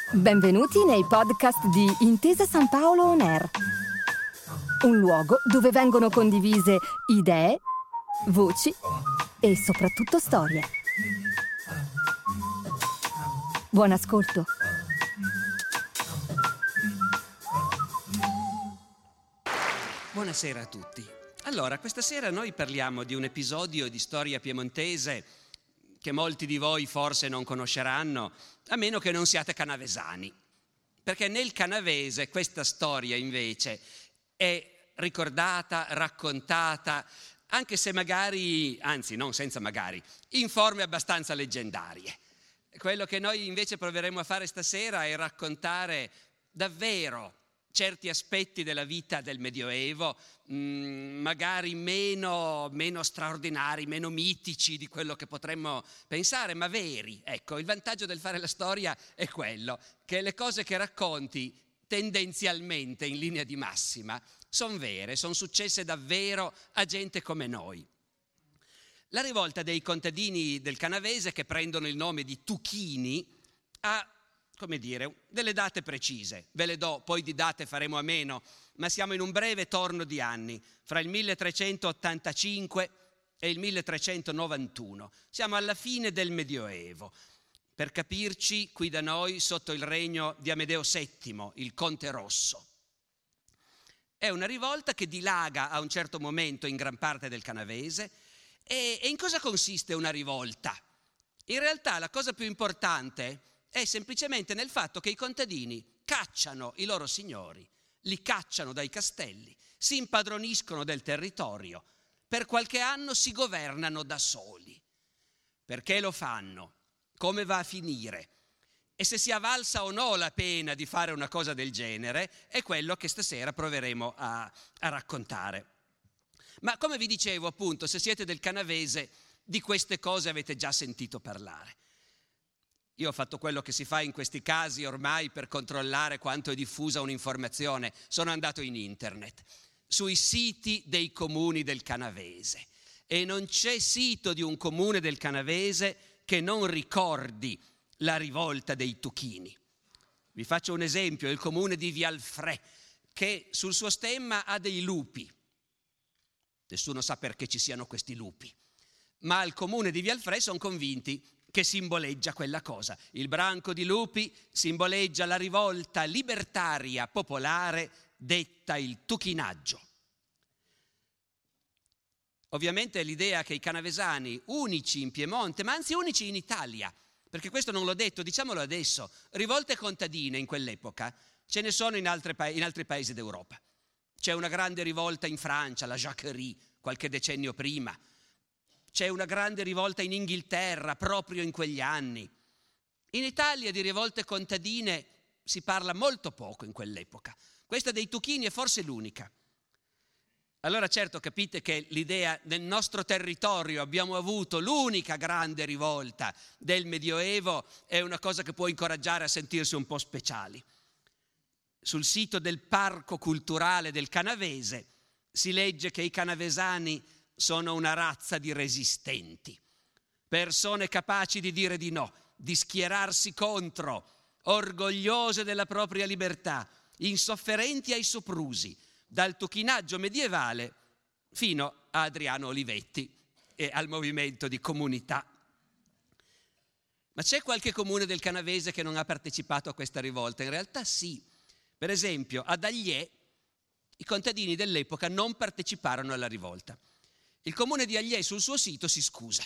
Benvenuti nei podcast di Intesa San Paolo On Air, un luogo dove vengono condivise idee, voci e soprattutto storie. Buon ascolto. Buonasera a tutti. Allora, questa sera noi parliamo di un episodio di storia piemontese che molti di voi forse non conosceranno, a meno che non siate canavesani. Perché nel canavese questa storia invece è ricordata, raccontata, anche se magari, anzi non senza magari, in forme abbastanza leggendarie. Quello che noi invece proveremo a fare stasera è raccontare davvero certi aspetti della vita del Medioevo, magari meno straordinari, meno mitici di quello che potremmo pensare, ma veri. Ecco, il vantaggio del fare la storia è quello, che le cose che racconti tendenzialmente, in linea di massima, sono vere, sono successe davvero a gente come noi. La rivolta dei contadini del Canavese, che prendono il nome di Tuchini, ha, come dire, delle date precise. Ve le do, poi di date faremo a meno, ma siamo in un breve torno di anni, fra il 1385 e il 1391. Siamo alla fine del Medioevo. Per capirci, qui da noi, sotto il regno di Amedeo VII, il Conte Rosso. È una rivolta che dilaga a un certo momento in gran parte del Canavese. E in cosa consiste una rivolta? In realtà la cosa più importante è semplicemente nel fatto che i contadini cacciano i loro signori, li cacciano dai castelli, si impadroniscono del territorio, per qualche anno si governano da soli. Perché lo fanno? Come va a finire? E se sia valsa o no la pena di fare una cosa del genere è quello che stasera proveremo a raccontare. Ma come vi dicevo, appunto, se siete del Canavese, di queste cose avete già sentito parlare. Io ho fatto quello che si fa in questi casi ormai per controllare quanto è diffusa un'informazione. Sono andato in internet, sui siti dei comuni del Canavese. E non c'è sito di un comune del Canavese che non ricordi la rivolta dei Tuchini. Vi faccio un esempio, il comune di Vialfrè, che sul suo stemma ha dei lupi. Nessuno sa perché ci siano questi lupi, ma al comune di Vialfrè sono convinti che simboleggia quella cosa. Il branco di lupi simboleggia la rivolta libertaria popolare detta il tuchinaggio. Ovviamente l'idea che i canavesani, unici in Piemonte, ma anzi unici in Italia, perché questo non l'ho detto, diciamolo adesso, rivolte contadine in quell'epoca ce ne sono in altri paesi d'Europa. C'è una grande rivolta in Francia, la Jacquerie, qualche decennio prima. C'è una grande rivolta in Inghilterra, proprio in quegli anni. In Italia di rivolte contadine si parla molto poco in quell'epoca. Questa dei Tuchini è forse l'unica. Allora certo capite che l'idea nel nostro territorio abbiamo avuto l'unica grande rivolta del Medioevo è una cosa che può incoraggiare a sentirsi un po' speciali. Sul sito del Parco Culturale del Canavese si legge che i canavesani sono una razza di resistenti, persone capaci di dire di no, di schierarsi contro, orgogliose della propria libertà, insofferenti ai soprusi, dal tuchinaggio medievale fino a Adriano Olivetti e al movimento di comunità. Ma c'è qualche comune del Canavese che non ha partecipato a questa rivolta? In realtà sì. Per esempio, ad Agliè i contadini dell'epoca non parteciparono alla rivolta. Il comune di Agliè sul suo sito si scusa.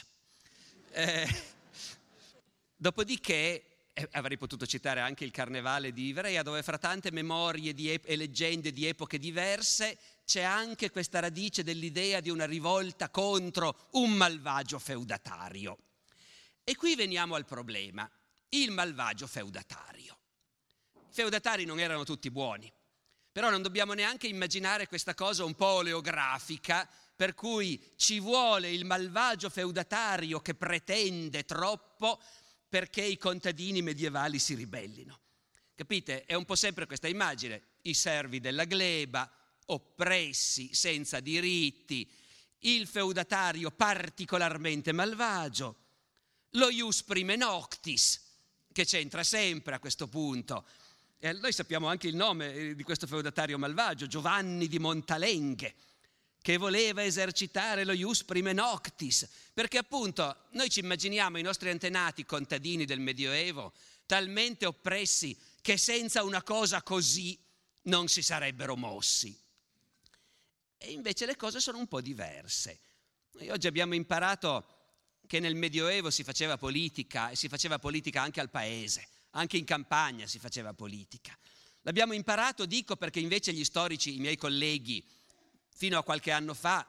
Dopodiché, avrei potuto citare anche il Carnevale di Ivrea, dove fra tante memorie e leggende di epoche diverse c'è anche questa radice dell'idea di una rivolta contro un malvagio feudatario. E qui veniamo al problema, il malvagio feudatario. I feudatari non erano tutti buoni, però non dobbiamo neanche immaginare questa cosa un po' oleografica, per cui ci vuole il malvagio feudatario che pretende troppo perché i contadini medievali si ribellino. Capite? È un po' sempre questa immagine, i servi della gleba, oppressi, senza diritti, il feudatario particolarmente malvagio, lo ius prime noctis, che c'entra sempre a questo punto. E noi sappiamo anche il nome di questo feudatario malvagio, Giovanni di Montalenghe, che voleva esercitare lo ius prime noctis, perché appunto noi ci immaginiamo i nostri antenati contadini del Medioevo talmente oppressi che senza una cosa così non si sarebbero mossi. E invece le cose sono un po' diverse. Noi oggi abbiamo imparato che nel Medioevo si faceva politica, e si faceva politica anche al paese, anche in campagna si faceva politica. L'abbiamo imparato, dico, perché invece gli storici, i miei colleghi, fino a qualche anno fa,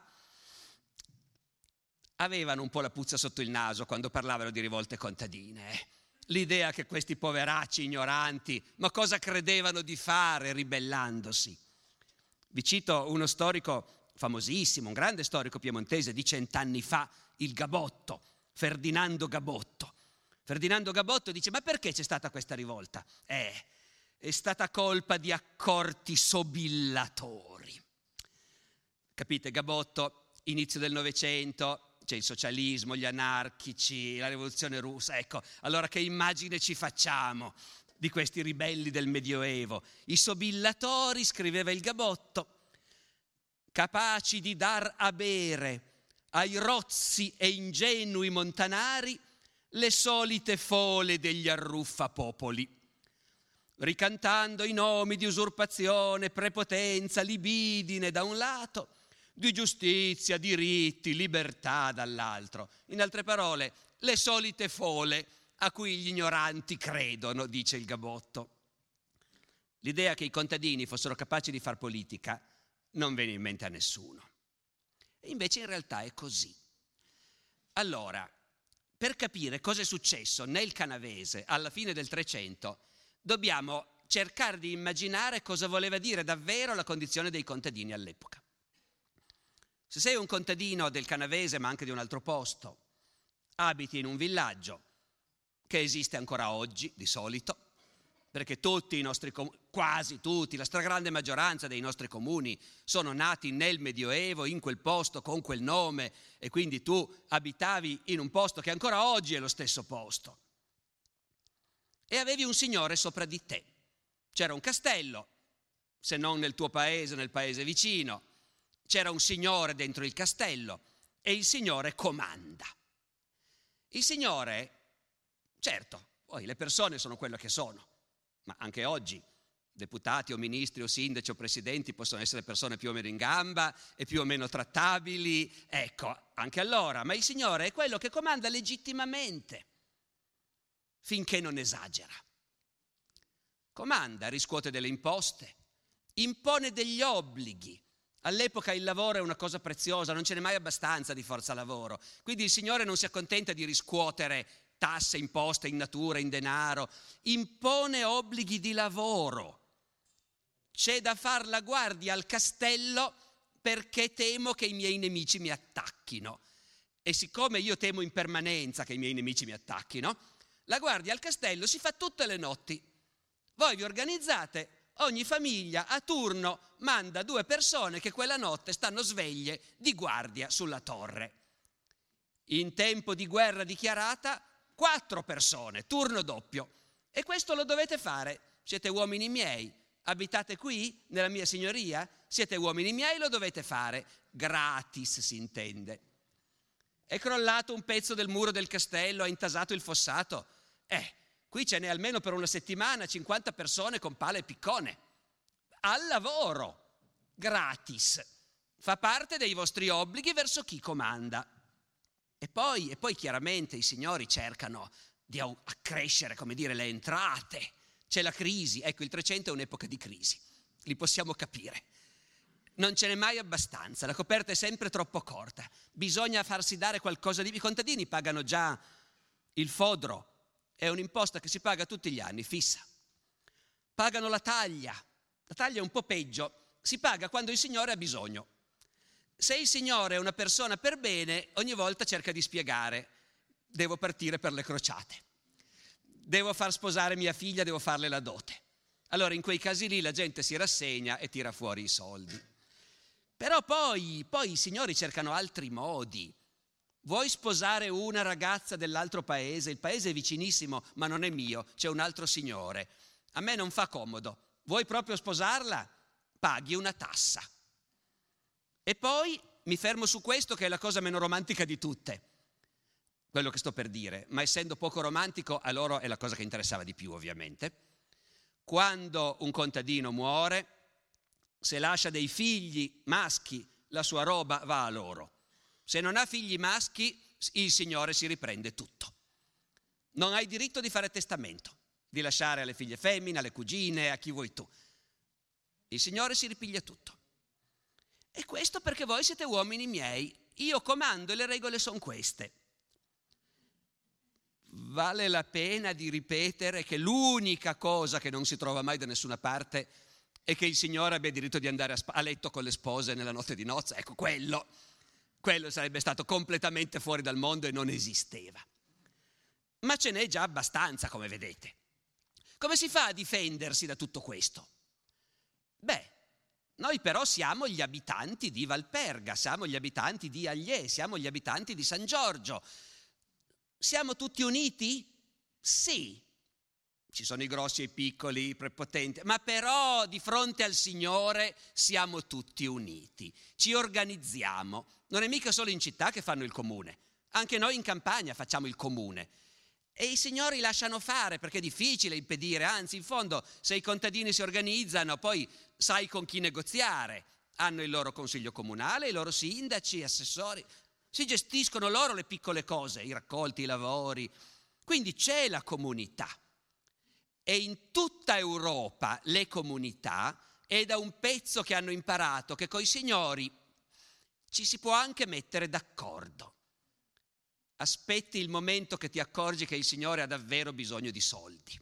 avevano un po' la puzza sotto il naso quando parlavano di rivolte contadine. L'idea che questi poveracci ignoranti, ma cosa credevano di fare ribellandosi? Vi cito uno storico famosissimo, un grande storico piemontese di 100 anni fa, il Gabotto, Ferdinando Gabotto. Ferdinando Gabotto dice: ma perché c'è stata questa rivolta? È stata colpa di accorti sobillatori. Capite, Gabotto, inizio del Novecento, c'è il socialismo, gli anarchici, la rivoluzione russa. Ecco, allora che immagine ci facciamo di questi ribelli del Medioevo? I sobillatori, scriveva il Gabotto, capaci di dar a bere ai rozzi e ingenui montanari le solite fole degli arruffapopoli, ricantando i nomi di usurpazione, prepotenza, libidine da un lato, di giustizia, diritti, libertà dall'altro. In altre parole, le solite fole a cui gli ignoranti credono, dice il Gabotto. L'idea che i contadini fossero capaci di far politica non venne in mente a nessuno. E invece in realtà è così. Allora, per capire cosa è successo nel Canavese alla fine del 300, dobbiamo cercare di immaginare cosa voleva dire davvero la condizione dei contadini all'epoca. Se sei un contadino del Canavese, ma anche di un altro posto, abiti in un villaggio che esiste ancora oggi, di solito, perché tutti i nostri quasi tutti, la stragrande maggioranza dei nostri comuni sono nati nel Medioevo, in quel posto, con quel nome, e quindi tu abitavi in un posto che ancora oggi è lo stesso posto. E avevi un signore sopra di te. C'era un castello, se non nel tuo paese, nel paese vicino. C'era un signore dentro il castello e il signore comanda. Il signore, certo, poi le persone sono quello che sono, ma anche oggi deputati o ministri o sindaci o presidenti possono essere persone più o meno in gamba e più o meno trattabili, ecco, anche allora, ma il signore è quello che comanda legittimamente, finché non esagera. Comanda, riscuote delle imposte, impone degli obblighi. All'epoca il lavoro è una cosa preziosa, non ce n'è mai abbastanza di forza lavoro, quindi il signore non si accontenta di riscuotere tasse, imposte in natura, in denaro, impone obblighi di lavoro. C'è da far la guardia al castello perché temo che i miei nemici mi attacchino. E siccome io temo in permanenza che i miei nemici mi attacchino, la guardia al castello si fa tutte le notti. Voi vi organizzate, ogni famiglia a turno manda 2 persone che quella notte stanno sveglie di guardia sulla torre. In tempo di guerra dichiarata, 4 persone, turno doppio. E questo lo dovete fare. Siete uomini miei, abitate qui, nella mia signoria, siete uomini miei, lo dovete fare. Gratis, si intende. È crollato un pezzo del muro del castello, ha intasato il fossato. Qui ce n'è almeno per una settimana 50 persone con pala e piccone. Al lavoro, gratis. Fa parte dei vostri obblighi verso chi comanda. E poi chiaramente i signori cercano di accrescere, come dire, le entrate. C'è la crisi, ecco, il 300 è un'epoca di crisi, li possiamo capire. Non ce n'è mai abbastanza, la coperta è sempre troppo corta, bisogna farsi dare qualcosa di... I contadini pagano già il fodro, è un'imposta che si paga tutti gli anni, fissa. Pagano la taglia è un po' peggio, si paga quando il signore ha bisogno. Se il signore è una persona per bene, ogni volta cerca di spiegare: devo partire per le crociate, devo far sposare mia figlia, devo farle la dote. Allora in quei casi lì la gente si rassegna e tira fuori i soldi. Però poi i signori cercano altri modi. Vuoi sposare una ragazza dell'altro paese? Il paese è vicinissimo, ma non è mio, c'è un altro signore. A me non fa comodo. Vuoi proprio sposarla? Paghi una tassa. E poi mi fermo su questo, che è la cosa meno romantica di tutte, quello che sto per dire, ma essendo poco romantico a loro è la cosa che interessava di più, ovviamente. Quando un contadino muore, se lascia dei figli maschi, la sua roba va a loro. Se non ha figli maschi, il signore si riprende tutto. Non hai diritto di fare testamento, di lasciare alle figlie femmine, alle cugine, a chi vuoi tu. Il signore si ripiglia tutto. E questo perché voi siete uomini miei. Io comando e le regole sono queste. Vale la pena di ripetere che l'unica cosa che non si trova mai da nessuna parte è che il signore abbia diritto di andare a letto con le spose nella notte di nozze. Ecco, quello sarebbe stato completamente fuori dal mondo e non esisteva. Ma ce n'è già abbastanza, come vedete. Come si fa a difendersi da tutto questo? Beh, noi però siamo gli abitanti di Valperga, siamo gli abitanti di Allier, siamo gli abitanti di San Giorgio. Siamo tutti uniti? Sì. Ci sono i grossi e i piccoli, i prepotenti, ma però di fronte al Signore siamo tutti uniti. Ci organizziamo. Non è mica solo in città che fanno il comune. Anche noi in campagna facciamo il comune. E i signori lasciano fare perché è difficile impedire, anzi in fondo se i contadini si organizzano poi sai con chi negoziare, hanno il loro consiglio comunale, i loro sindaci, assessori, si gestiscono loro le piccole cose, i raccolti, i lavori, quindi c'è la comunità e in tutta Europa le comunità è da un pezzo che hanno imparato che coi signori ci si può anche mettere d'accordo. Aspetti il momento che ti accorgi che il Signore ha davvero bisogno di soldi.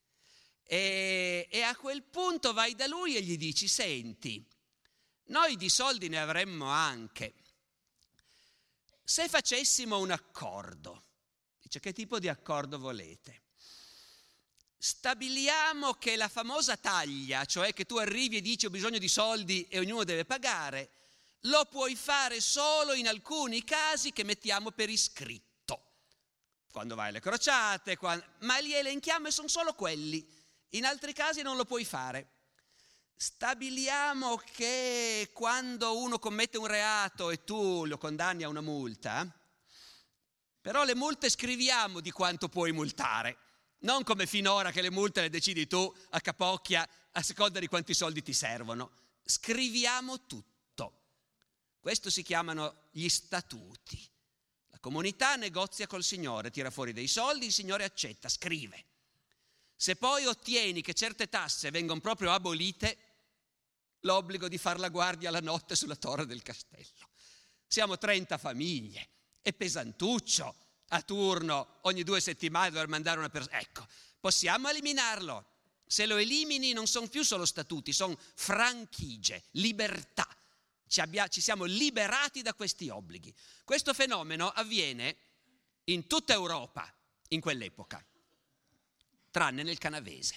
E a quel punto vai da Lui e gli dici: senti, noi di soldi ne avremmo anche. Se facessimo un accordo, dice, che tipo di accordo volete? Stabiliamo che la famosa taglia, cioè che tu arrivi e dici ho bisogno di soldi e ognuno deve pagare, lo puoi fare solo in alcuni casi che mettiamo per iscritto. Quando vai alle crociate, ma li elenchiamo e sono solo quelli. In altri casi non lo puoi fare. Stabiliamo che quando uno commette un reato e tu lo condanni a una multa, però le multe scriviamo di quanto puoi multare. Non come finora che le multe le decidi tu a capocchia a seconda di quanti soldi ti servono. Scriviamo tutto. Questo si chiamano gli statuti. La comunità negozia col Signore, tira fuori dei soldi, il Signore accetta, scrive. Se poi ottieni che certe tasse vengono proprio abolite, l'obbligo di far la guardia la notte sulla torre del castello. Siamo 30 famiglie, è pesantuccio, a turno ogni 2 settimane dover mandare una persona. Ecco, possiamo eliminarlo. Se lo elimini non sono più solo statuti, sono franchigie, libertà. Ci siamo liberati da questi obblighi. Questo fenomeno avviene in tutta Europa in quell'epoca, tranne nel Canavese.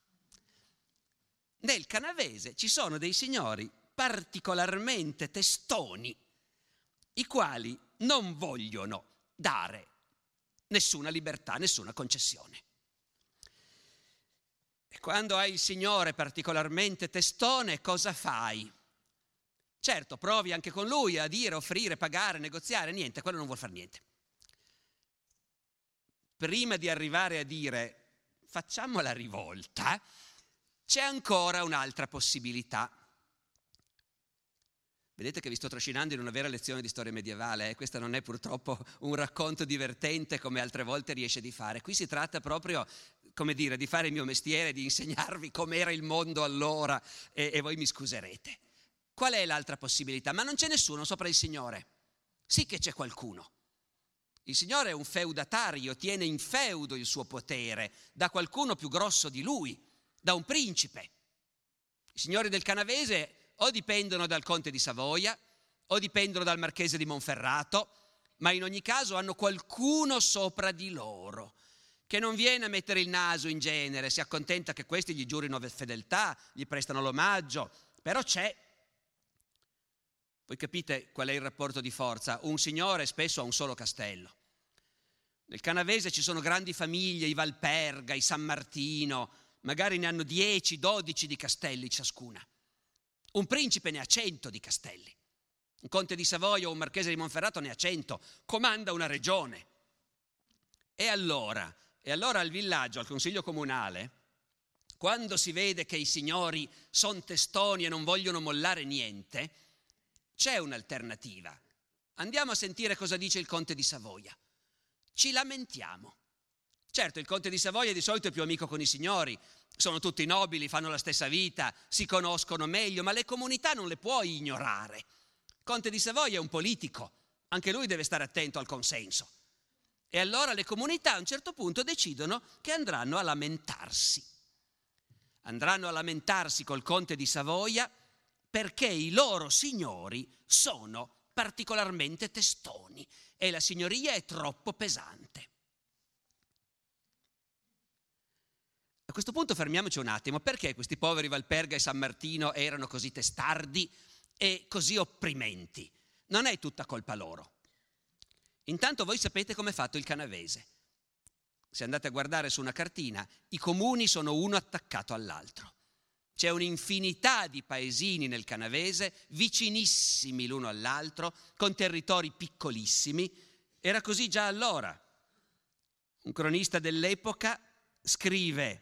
Nel Canavese ci sono dei signori particolarmente testoni, i quali non vogliono dare nessuna libertà, nessuna concessione. E quando hai il signore particolarmente testone, cosa fai? Certo, provi anche con lui a dire, offrire, pagare, negoziare, niente, quello non vuol fare niente. Prima di arrivare a dire facciamo la rivolta, c'è ancora un'altra possibilità. Vedete che vi sto trascinando in una vera lezione di storia medievale, Questa non è purtroppo un racconto divertente come altre volte riesce di fare. Qui si tratta proprio, come dire, di fare il mio mestiere, di insegnarvi com'era il mondo allora e voi mi scuserete. Qual è l'altra possibilità? Ma non c'è nessuno sopra il Signore. Sì che c'è qualcuno. Il Signore è un feudatario, tiene in feudo il suo potere da qualcuno più grosso di lui, da un principe. I signori del Canavese o dipendono dal conte di Savoia o dipendono dal marchese di Monferrato, ma in ogni caso hanno qualcuno sopra di loro che non viene a mettere il naso in genere, si accontenta che questi gli giurino fedeltà, gli prestano l'omaggio, però c'è. Voi capite qual è il rapporto di forza? Un signore spesso ha un solo castello. Nel Canavese ci sono grandi famiglie, i Valperga, i San Martino, magari ne hanno 10, 12 di castelli ciascuna. Un principe ne ha 100 di castelli. Un conte di Savoia o un marchese di Monferrato ne ha 100, comanda una regione. E allora al villaggio, al consiglio comunale, quando si vede che i signori sono testoni e non vogliono mollare niente, c'è un'alternativa. Andiamo a sentire cosa dice il conte di Savoia. Ci lamentiamo. Certo, il conte di Savoia di solito è più amico con i signori, sono tutti nobili, fanno la stessa vita, si conoscono meglio, ma le comunità non le puoi ignorare. Il conte di Savoia è un politico, anche lui deve stare attento al consenso. E allora le comunità a un certo punto decidono che andranno a lamentarsi. Andranno a lamentarsi col conte di Savoia perché i loro signori sono particolarmente testoni e la signoria è troppo pesante. A questo punto fermiamoci un attimo. Perché questi poveri Valperga e San Martino erano così testardi e così opprimenti? Non è tutta colpa loro. Intanto voi sapete com'è fatto il Canavese. Se andate a guardare su una cartina, i comuni sono uno attaccato all'altro. C'è un'infinità di paesini nel Canavese, vicinissimi l'uno all'altro, con territori piccolissimi. Era così già allora. Un cronista dell'epoca scrive,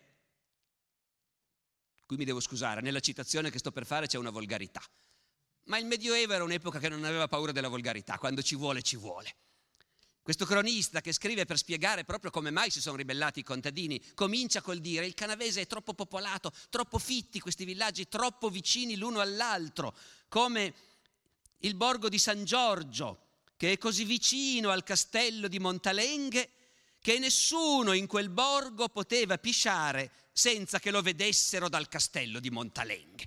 qui mi devo scusare, nella citazione che sto per fare c'è una volgarità, ma il Medioevo era un'epoca che non aveva paura della volgarità, quando ci vuole, ci vuole. Questo cronista che scrive per spiegare proprio come mai si sono ribellati i contadini, comincia col dire: il Canavese è troppo popolato, troppo fitti questi villaggi, troppo vicini l'uno all'altro, come il borgo di San Giorgio, che è così vicino al castello di Montalenghe che nessuno in quel borgo poteva pisciare senza che lo vedessero dal castello di Montalenghe.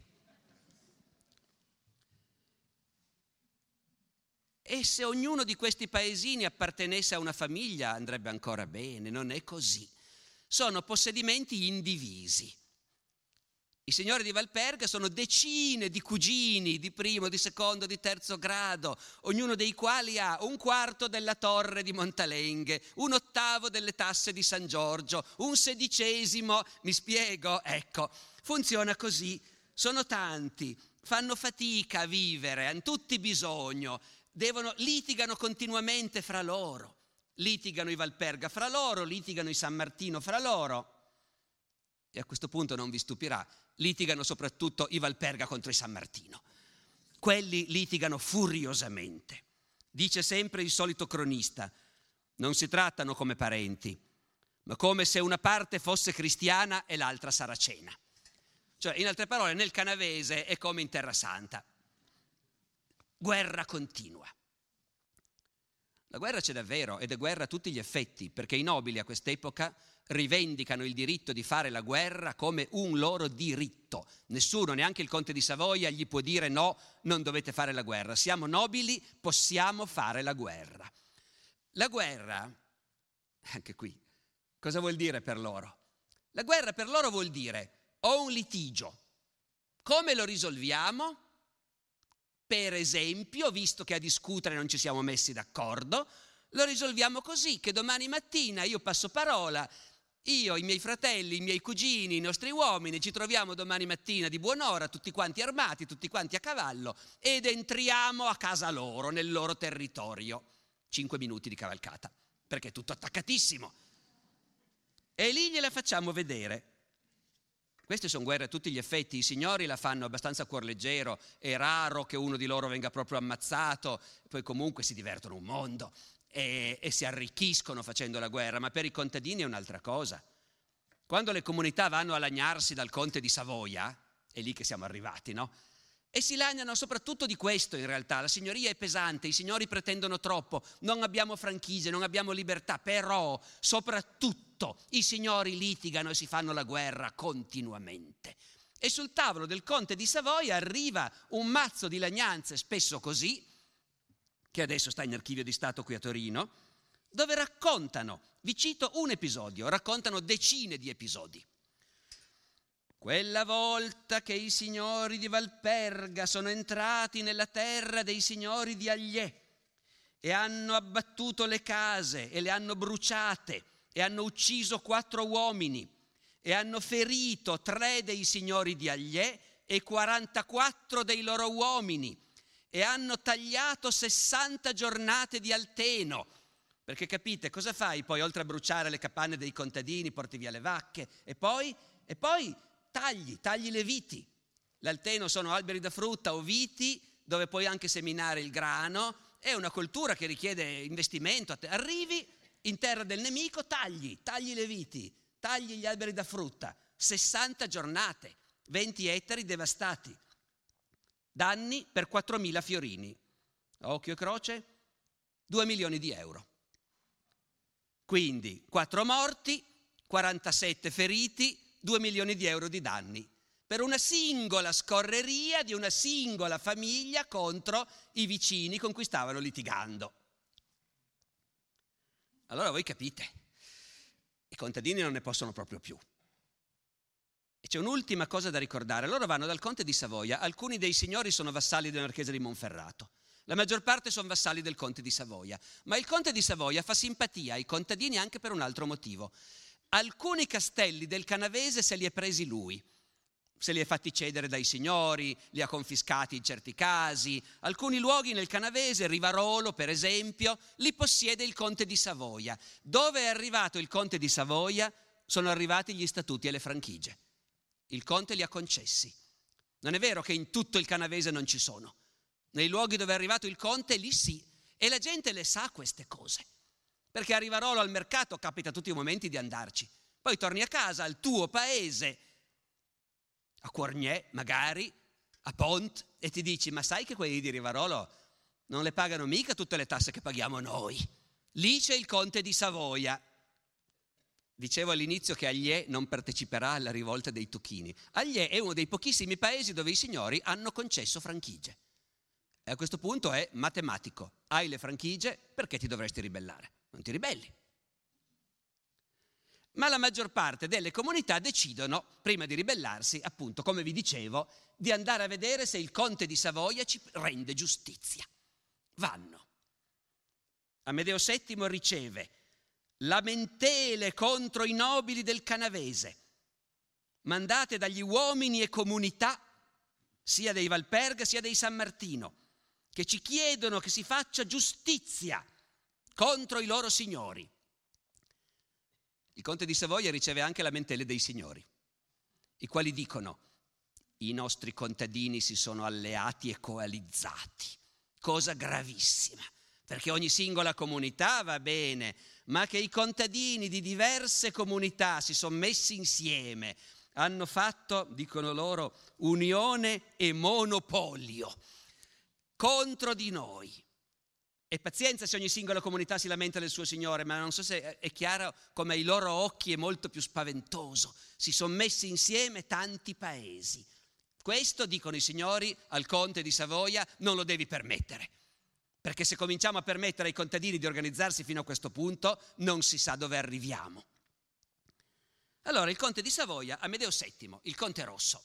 E se ognuno di questi paesini appartenesse a una famiglia andrebbe ancora bene, non è così. Sono possedimenti indivisi. I signori di Valperga sono decine di cugini di primo, di secondo, di terzo grado, ognuno dei quali ha 1/4 della torre di Montalenghe, 1/8 delle tasse di San Giorgio, 1/16, mi spiego? Ecco, funziona così. Sono tanti, fanno fatica a vivere, hanno tutti bisogno. Litigano continuamente fra loro, litigano i Valperga fra loro, litigano i San Martino fra loro e a questo punto non vi stupirà, litigano soprattutto i Valperga contro i San Martino. Quelli litigano furiosamente. Dice sempre il solito cronista: non si trattano come parenti, ma come se una parte fosse cristiana e l'altra saracena. Cioè, in altre parole, nel Canavese è come in Terra Santa. Guerra continua. La guerra c'è davvero ed è guerra a tutti gli effetti, perché i nobili a quest'epoca rivendicano il diritto di fare la guerra come un loro diritto. Nessuno, neanche il conte di Savoia, gli può dire no, non dovete fare la guerra. Siamo nobili, possiamo fare la guerra. La guerra, anche qui, cosa vuol dire per loro? La guerra per loro vuol dire: ho un litigio, come lo risolviamo? Per esempio, visto che a discutere non ci siamo messi d'accordo, lo risolviamo così, che domani mattina io passo parola, io, i miei fratelli, i miei cugini, i nostri uomini, ci troviamo domani mattina di buon'ora, tutti quanti armati, tutti quanti a cavallo, ed entriamo a casa loro, nel loro territorio. 5 minuti di cavalcata, perché è tutto attaccatissimo. E lì gliela facciamo vedere. Queste sono guerre a tutti gli effetti, i signori la fanno abbastanza a cuor leggero, è raro che uno di loro venga proprio ammazzato, poi comunque si divertono un mondo e si arricchiscono facendo la guerra, ma per i contadini è un'altra cosa. Quando le comunità vanno a lagnarsi dal conte di Savoia, è lì che siamo arrivati, no? E si lagnano soprattutto di questo in realtà, la signoria è pesante, i signori pretendono troppo, non abbiamo franchigie, non abbiamo libertà, però soprattutto i signori litigano e si fanno la guerra continuamente. E sul tavolo del conte di Savoia arriva un mazzo di lagnanze, spesso così, che adesso sta in archivio di Stato qui a Torino, dove raccontano, vi cito un episodio, raccontano decine di episodi. quella volta che i signori di Valperga sono entrati nella terra dei signori di Agliè e hanno abbattuto le case e le hanno bruciate e hanno ucciso 4 uomini e hanno ferito 3 dei signori di Agliè e 44 dei loro uomini e hanno tagliato 60 giornate di alteno. Perché capite, cosa fai poi oltre a bruciare le capanne dei contadini, porti via le vacche e poi tagli le viti. L'alteno sono alberi da frutta o viti dove puoi anche seminare il grano, è una coltura che richiede investimento. Arrivi in terra del nemico, tagli le viti, tagli gli alberi da frutta, 60 giornate, 20 ettari devastati, danni per 4.000 fiorini. Occhio e croce, 2 milioni di euro. Quindi 4 morti, 47 feriti, 2 milioni di euro di danni per una singola scorreria di una singola famiglia contro i vicini con cui stavano litigando. Allora voi capite, i contadini non ne possono proprio più. E c'è un'ultima cosa da ricordare. Loro vanno dal conte di Savoia, alcuni dei signori sono vassalli del marchese di Monferrato, la maggior parte sono vassalli del conte di Savoia, ma il conte di Savoia fa simpatia ai contadini anche per un altro motivo. Alcuni castelli del Canavese se li è presi lui, se li è fatti cedere dai signori, li ha confiscati in certi casi. Alcuni luoghi nel Canavese, Rivarolo per esempio, li possiede il conte di Savoia. Dove è arrivato il conte di Savoia sono arrivati gli statuti e le franchigie. Il conte li ha concessi. Non è vero che in tutto il Canavese non ci sono. Nei luoghi dove è arrivato il conte, lì sì. E la gente le sa queste cose. Perché a Rivarolo al mercato capita tutti i momenti di andarci. Poi torni a casa, al tuo paese, a Quargnè magari, a Pont, e ti dici: ma sai che quelli di Rivarolo non le pagano mica tutte le tasse che paghiamo noi? Lì c'è il conte di Savoia. Dicevo all'inizio che Agliè non parteciperà alla rivolta dei Tuchini. Agliè è uno dei pochissimi paesi dove i signori hanno concesso franchigie. E a questo punto è matematico. Hai le franchigie, perché ti dovresti ribellare? Non ti ribelli. Ma la maggior parte delle comunità decidono, prima di ribellarsi, appunto, come vi dicevo, di andare a vedere se il conte di Savoia ci rende giustizia. Vanno. Amedeo VII riceve lamentele contro i nobili del Canavese, mandate dagli uomini e comunità, sia dei Valperga sia dei San Martino, che ci chiedono che si faccia giustizia contro i loro signori. Il conte di Savoia riceve anche lamentele dei signori, i quali dicono: i nostri contadini si sono alleati e coalizzati, cosa gravissima, perché ogni singola comunità va bene, ma che i contadini di diverse comunità si sono messi insieme, hanno fatto, dicono loro, unione e monopolio contro di noi. E pazienza se ogni singola comunità si lamenta del suo signore, ma non so se è chiaro come ai loro occhi è molto più spaventoso. Si sono messi insieme tanti paesi. Questo, dicono i signori al conte di Savoia, non lo devi permettere. Perché se cominciamo a permettere ai contadini di organizzarsi fino a questo punto, non si sa dove arriviamo. Allora il conte di Savoia, Amedeo VII, il conte rosso.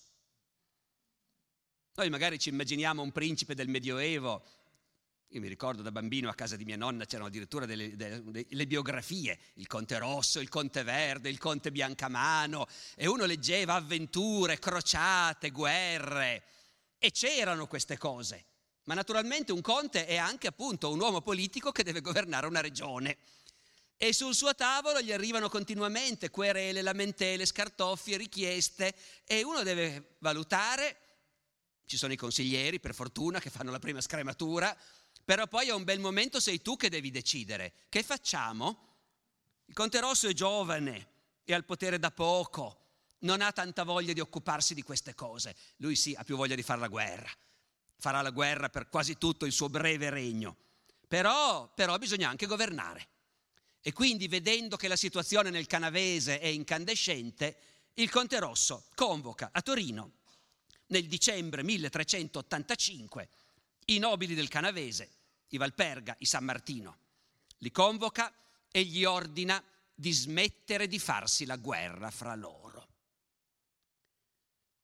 Noi magari ci immaginiamo un principe del Medioevo. Io mi ricordo da bambino a casa di mia nonna c'erano addirittura le biografie, il conte rosso, il conte verde, il conte biancamano, e uno leggeva avventure, crociate, guerre, e c'erano queste cose. Ma naturalmente un conte è anche appunto un uomo politico che deve governare una regione. E sul suo tavolo gli arrivano continuamente querele, lamentele, scartoffie, richieste, e uno deve valutare. Ci sono i consiglieri, per fortuna, che fanno la prima scrematura, però poi a un bel momento sei tu che devi decidere. Che facciamo? Il conte rosso è giovane, è al potere da poco, non ha tanta voglia di occuparsi di queste cose. Lui sì, ha più voglia di fare la guerra. Farà la guerra per quasi tutto il suo breve regno. Però bisogna anche governare. E quindi, vedendo che la situazione nel Canavese è incandescente, il conte rosso convoca a Torino nel dicembre 1385 i nobili del Canavese, i Valperga, i San Martino. Li convoca e gli ordina di smettere di farsi la guerra fra loro.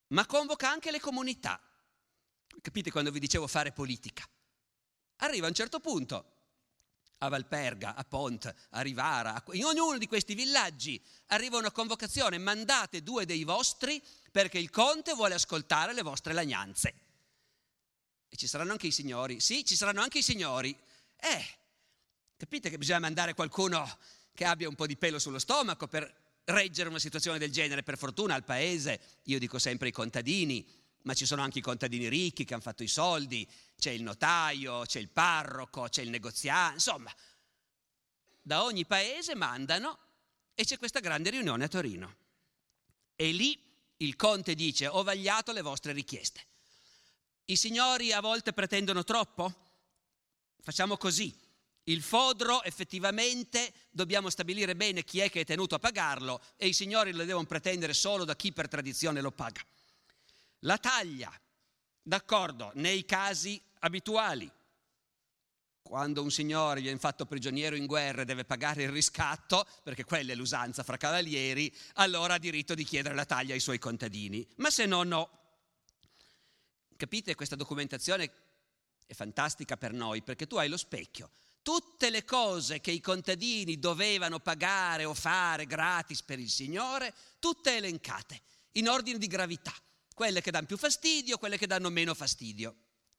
ma convoca anche le comunità. Capite quando vi dicevo fare politica? Arriva a un certo punto, a Valperga, a Pont, a Rivara, in ognuno di questi villaggi arriva una convocazione: mandate 2 dei vostri perché il conte vuole ascoltare le vostre lagnanze. E ci saranno anche i signori? Sì, ci saranno anche i signori. Capite che bisogna mandare qualcuno che abbia un po' di pelo sullo stomaco per reggere una situazione del genere. Per fortuna al paese, io dico sempre i contadini, ma ci sono anche i contadini ricchi che hanno fatto i soldi, c'è il notaio, c'è il parroco, c'è il negoziante, insomma, da ogni paese mandano e c'è questa grande riunione a Torino. E lì il conte dice: ho vagliato le vostre richieste. I signori a volte pretendono troppo? Facciamo così: il fodero effettivamente dobbiamo stabilire bene chi è che è tenuto a pagarlo e i signori lo devono pretendere solo da chi per tradizione lo paga. La taglia, d'accordo, nei casi abituali. Quando un signore viene fatto prigioniero in guerra e deve pagare il riscatto, perché quella è l'usanza fra cavalieri, allora ha diritto di chiedere la taglia ai suoi contadini. Ma se no, no. Capite? Questa documentazione è fantastica per noi, perché tu hai lo specchio. Tutte le cose che i contadini dovevano pagare o fare gratis per il signore, tutte elencate, in ordine di gravità. Quelle che danno più fastidio, quelle che danno meno fastidio.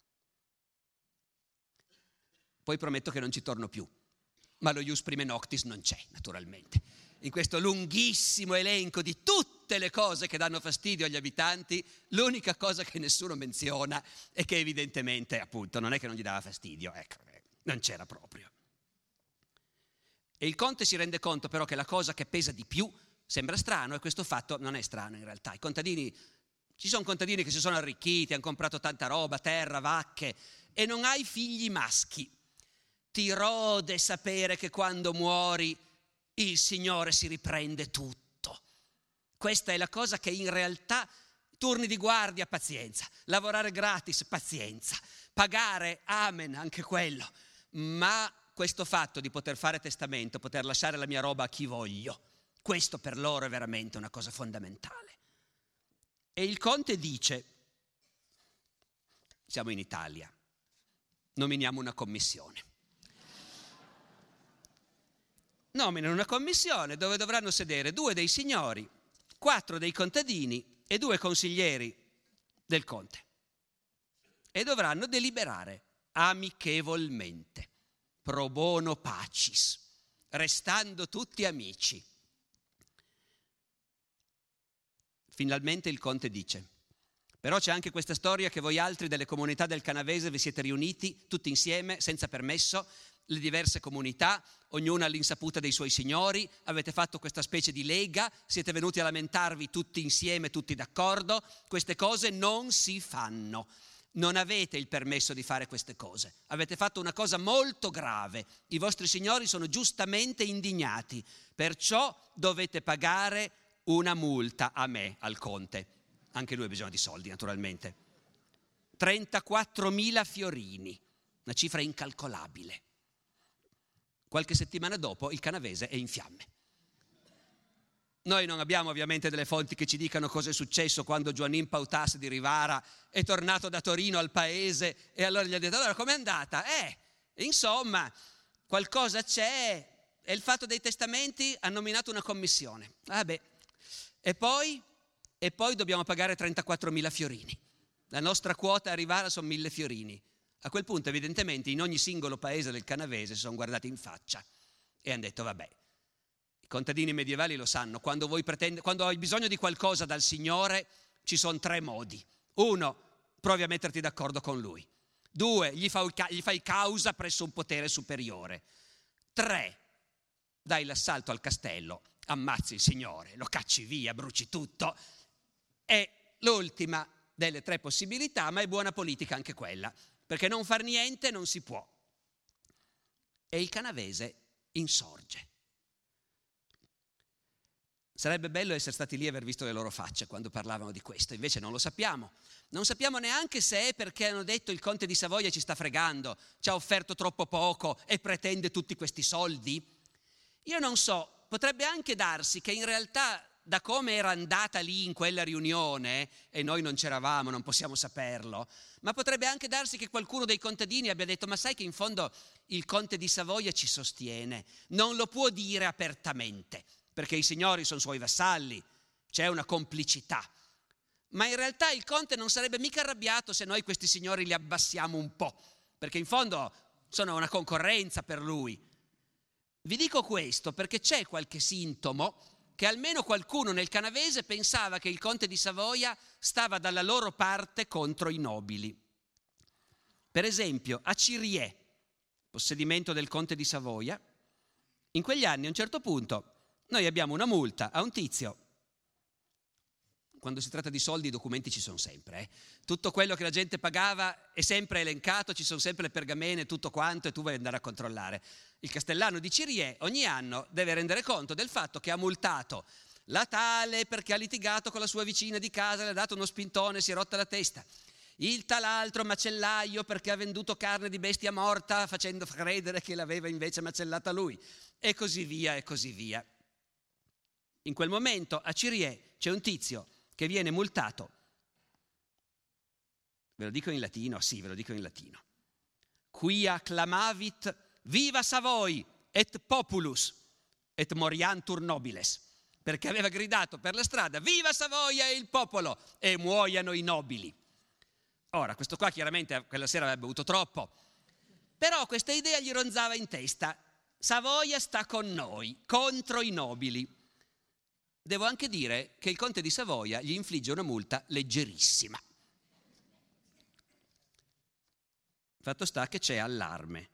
Poi prometto che non ci torno più, ma lo ius prime noctis non c'è, naturalmente. In questo lunghissimo elenco di tutte le cose che danno fastidio agli abitanti, l'unica cosa che nessuno menziona è che evidentemente, appunto, non è che non gli dava fastidio, ecco, non c'era proprio. E il conte si rende conto però che la cosa che pesa di più, sembra strano, e questo fatto non è strano in realtà. I contadini, ci sono contadini che si sono arricchiti, hanno comprato tanta roba, terra, vacche, e non hai figli maschi. Ti rode sapere che quando muori il Signore si riprende tutto. Questa è la cosa che in realtà, turni di guardia, pazienza, lavorare gratis, pazienza, pagare, amen, anche quello. Ma questo fatto di poter fare testamento, poter lasciare la mia roba a chi voglio, questo per loro è veramente una cosa fondamentale. E il conte dice: siamo in Italia, nominiamo una commissione. Nominano una commissione dove dovranno sedere 2 dei signori, 4 dei contadini e 2 consiglieri del conte. E dovranno deliberare amichevolmente, pro bono pacis, restando tutti amici. Finalmente il conte dice: però c'è anche questa storia che voi altri delle comunità del Canavese vi siete riuniti tutti insieme, senza permesso, le diverse comunità, ognuna all'insaputa dei suoi signori, avete fatto questa specie di lega, siete venuti a lamentarvi tutti insieme, tutti d'accordo. Queste cose non si fanno. Non avete il permesso di fare queste cose. Avete fatto una cosa molto grave. I vostri signori sono giustamente indignati. Perciò dovete pagare una multa a me, al conte. Anche lui ha bisogno di soldi, naturalmente. 34.000 fiorini, una cifra incalcolabile. Qualche settimana dopo il Canavese è in fiamme. Noi non abbiamo ovviamente delle fonti che ci dicano cosa è successo quando Giuanin Pautas di Rivara è tornato da Torino al paese e allora gli ha detto: allora com'è andata? Insomma, qualcosa c'è, e il fatto dei testamenti ha nominato una commissione. E poi dobbiamo pagare 34.000 fiorini. La nostra quota a Rivara sono 1.000 fiorini. A quel punto evidentemente in ogni singolo paese del Canavese si sono guardati in faccia e hanno detto: vabbè, i contadini medievali lo sanno, quando hai bisogno di qualcosa dal Signore ci sono 3 modi. 1, provi a metterti d'accordo con lui. 2, gli fai causa presso un potere superiore. 3, dai l'assalto al castello, ammazzi il Signore, lo cacci via, bruci tutto. È l'ultima delle 3 possibilità, ma è buona politica anche quella, perché non far niente non si può. E il Canavese insorge. Sarebbe bello essere stati lì e aver visto le loro facce quando parlavano di questo, invece non lo sappiamo. Non sappiamo neanche se è perché hanno detto: il conte di Savoia ci sta fregando, ci ha offerto troppo poco e pretende tutti questi soldi. Io non so, potrebbe anche darsi che in realtà da come era andata lì in quella riunione, e noi non c'eravamo, non possiamo saperlo, ma potrebbe anche darsi che qualcuno dei contadini abbia detto: ma sai che in fondo il conte di Savoia ci sostiene, non lo può dire apertamente, perché i signori sono suoi vassalli, c'è una complicità. Ma in realtà il conte non sarebbe mica arrabbiato se noi questi signori li abbassiamo un po', perché in fondo sono una concorrenza per lui. Vi dico questo perché c'è qualche sintomo che almeno qualcuno nel Canavese pensava che il conte di Savoia stava dalla loro parte contro i nobili. Per esempio, a Cirié, possedimento del conte di Savoia, in quegli anni a un certo punto noi abbiamo una multa a un tizio. Quando si tratta di soldi i documenti ci sono sempre. Tutto quello che la gente pagava è sempre elencato, ci sono sempre le pergamene, tutto quanto, e tu vai ad andare a controllare. Il castellano di Cirié ogni anno deve rendere conto del fatto che ha multato la tale perché ha litigato con la sua vicina di casa, le ha dato uno spintone e si è rotta la testa. Il tal'altro macellaio perché ha venduto carne di bestia morta facendo credere che l'aveva invece macellata lui. E così via, e così via. In quel momento a Cirié c'è un tizio che viene multato. Ve lo dico in latino? Sì, ve lo dico in latino. Quia clamavit viva Savoy et populus et moriantur nobiles. Perché aveva gridato per la strada: viva Savoia e il popolo e muoiano i nobili. Ora, questo qua chiaramente quella sera aveva bevuto troppo, però questa idea gli ronzava in testa: Savoia sta con noi, contro i nobili. Devo anche dire che il conte di Savoia gli infligge una multa leggerissima. Fatto sta che c'è allarme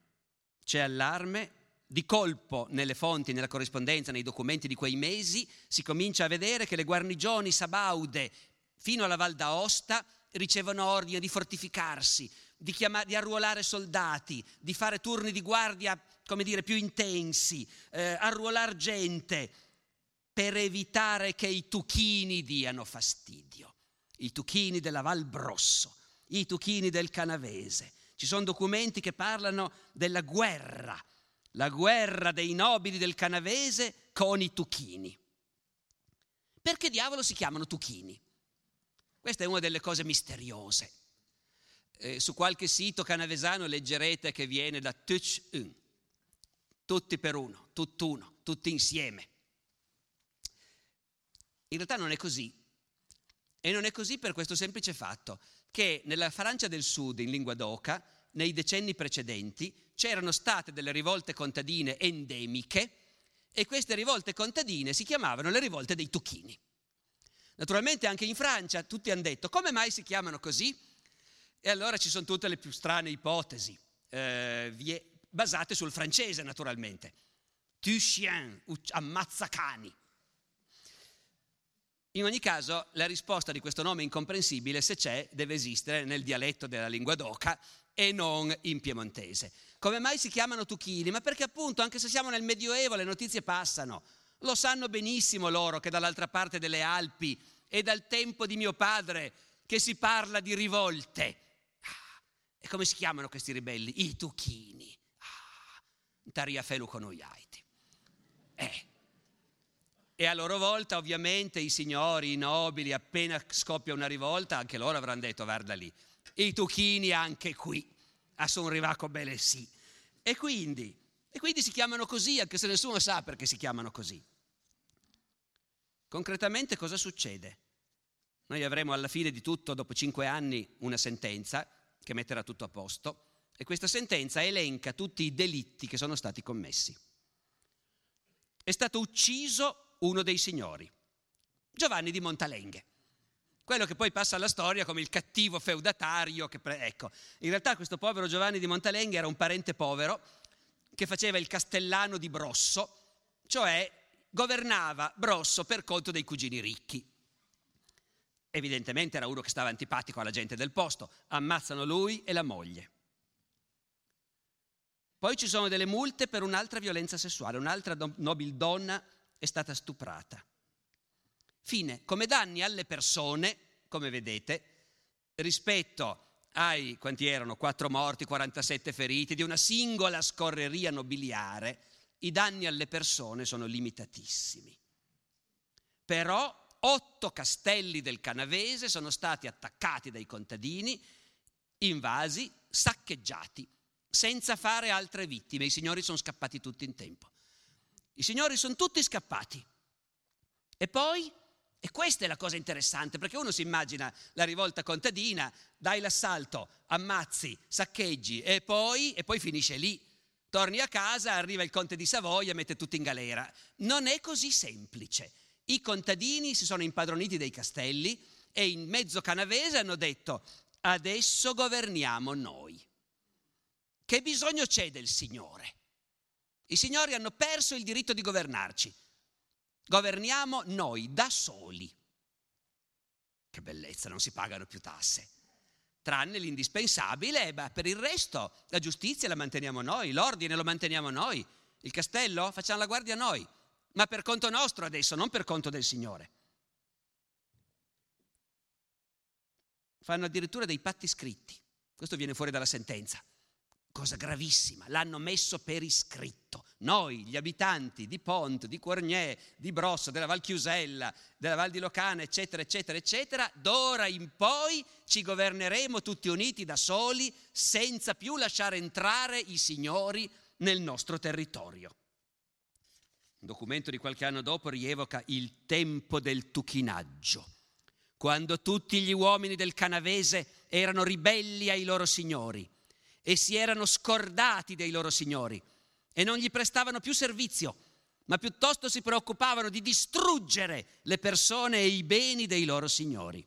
di colpo nelle fonti, nella corrispondenza, nei documenti di quei mesi. Si comincia a vedere che le guarnigioni sabaude fino alla Val d'Aosta ricevono ordine di fortificarsi, di arruolare soldati, di fare turni di guardia, come dire, più intensi, arruolar gente, per evitare che i tuchini diano fastidio. I tuchini della Val Brosso, i tuchini del Canavese. Ci sono documenti che parlano della guerra, la guerra dei nobili del Canavese con i tuchini. Perché diavolo si chiamano tuchini? Questa è una delle cose misteriose. Su qualche sito canavesano leggerete che viene da tuch un, tutti per uno, tutt'uno, tutti insieme. In realtà non è così, e non è così per questo semplice fatto che nella Francia del Sud, in lingua d'oca, nei decenni precedenti c'erano state delle rivolte contadine endemiche, e queste rivolte contadine si chiamavano le rivolte dei tuchini. Naturalmente anche in Francia tutti hanno detto: come mai si chiamano così? E allora ci sono tutte le più strane ipotesi, basate sul francese naturalmente. Tu chien, ammazza cani. In ogni caso, la risposta di questo nome incomprensibile, se c'è, deve esistere nel dialetto della lingua d'oca e non in piemontese. Come mai si chiamano tuchini? Ma perché appunto, anche se siamo nel Medioevo, le notizie passano. Lo sanno benissimo loro che dall'altra parte delle Alpi e dal tempo di mio padre che si parla di rivolte. E come si chiamano questi ribelli? I tuchini. Tariafelu conoiaiti. E a loro volta ovviamente i signori, i nobili, appena scoppia una rivolta, anche loro avranno detto: guarda lì, i tuchini anche qui, a son rivaco belle sì. E quindi si chiamano così, anche se nessuno sa perché si chiamano così. Concretamente cosa succede? Noi avremo alla fine di tutto, dopo 5 anni, una sentenza che metterà tutto a posto, e questa sentenza elenca tutti i delitti che sono stati commessi. È stato ucciso uno dei signori, Giovanni di Montalenghe, quello che poi passa alla storia come il cattivo feudatario. Ecco, in realtà questo povero Giovanni di Montalenghe era un parente povero che faceva il castellano di Brosso, cioè governava Brosso per conto dei cugini ricchi. Evidentemente era uno che stava antipatico alla gente del posto. Ammazzano lui e la moglie. Poi ci sono delle multe per un'altra violenza sessuale, un'altra nobildonna è stata stuprata. Fine. Come danni alle persone, come vedete, rispetto ai, quanti erano? 4 morti, 47 feriti, di una singola scorreria nobiliare, i danni alle persone sono limitatissimi. Però 8 castelli del Canavese sono stati attaccati dai contadini, invasi, saccheggiati, senza fare altre vittime. I signori sono scappati tutti in tempo. I signori sono tutti scappati. E poi, e questa è la cosa interessante, perché uno si immagina la rivolta contadina, dai l'assalto, ammazzi, saccheggi e poi finisce lì. Torni a casa, arriva il conte di Savoia, mette tutti in galera. Non è così semplice. I contadini si sono impadroniti dei castelli e in mezzo Canavese hanno detto: adesso governiamo noi. Che bisogno c'è del Signore? I signori hanno perso il diritto di governarci. Governiamo noi, da soli. Che bellezza, non si pagano più tasse. Tranne l'indispensabile, ma per il resto la giustizia la manteniamo noi, l'ordine lo manteniamo noi, il castello facciamo la guardia noi, ma per conto nostro adesso, non per conto del Signore. Fanno addirittura dei patti scritti, questo viene fuori dalla sentenza, cosa gravissima, l'hanno messo per iscritto. Noi, gli abitanti di Pont, di Quarnier, di Brosso, della Val Chiusella, della Val di Locana, eccetera, eccetera, eccetera, d'ora in poi ci governeremo tutti uniti da soli, senza più lasciare entrare i signori nel nostro territorio. Un documento di qualche anno dopo rievoca il tempo del tuchinaggio, quando tutti gli uomini del Canavese erano ribelli ai loro signori e si erano scordati dei loro signori e non gli prestavano più servizio, ma piuttosto si preoccupavano di distruggere le persone e i beni dei loro signori.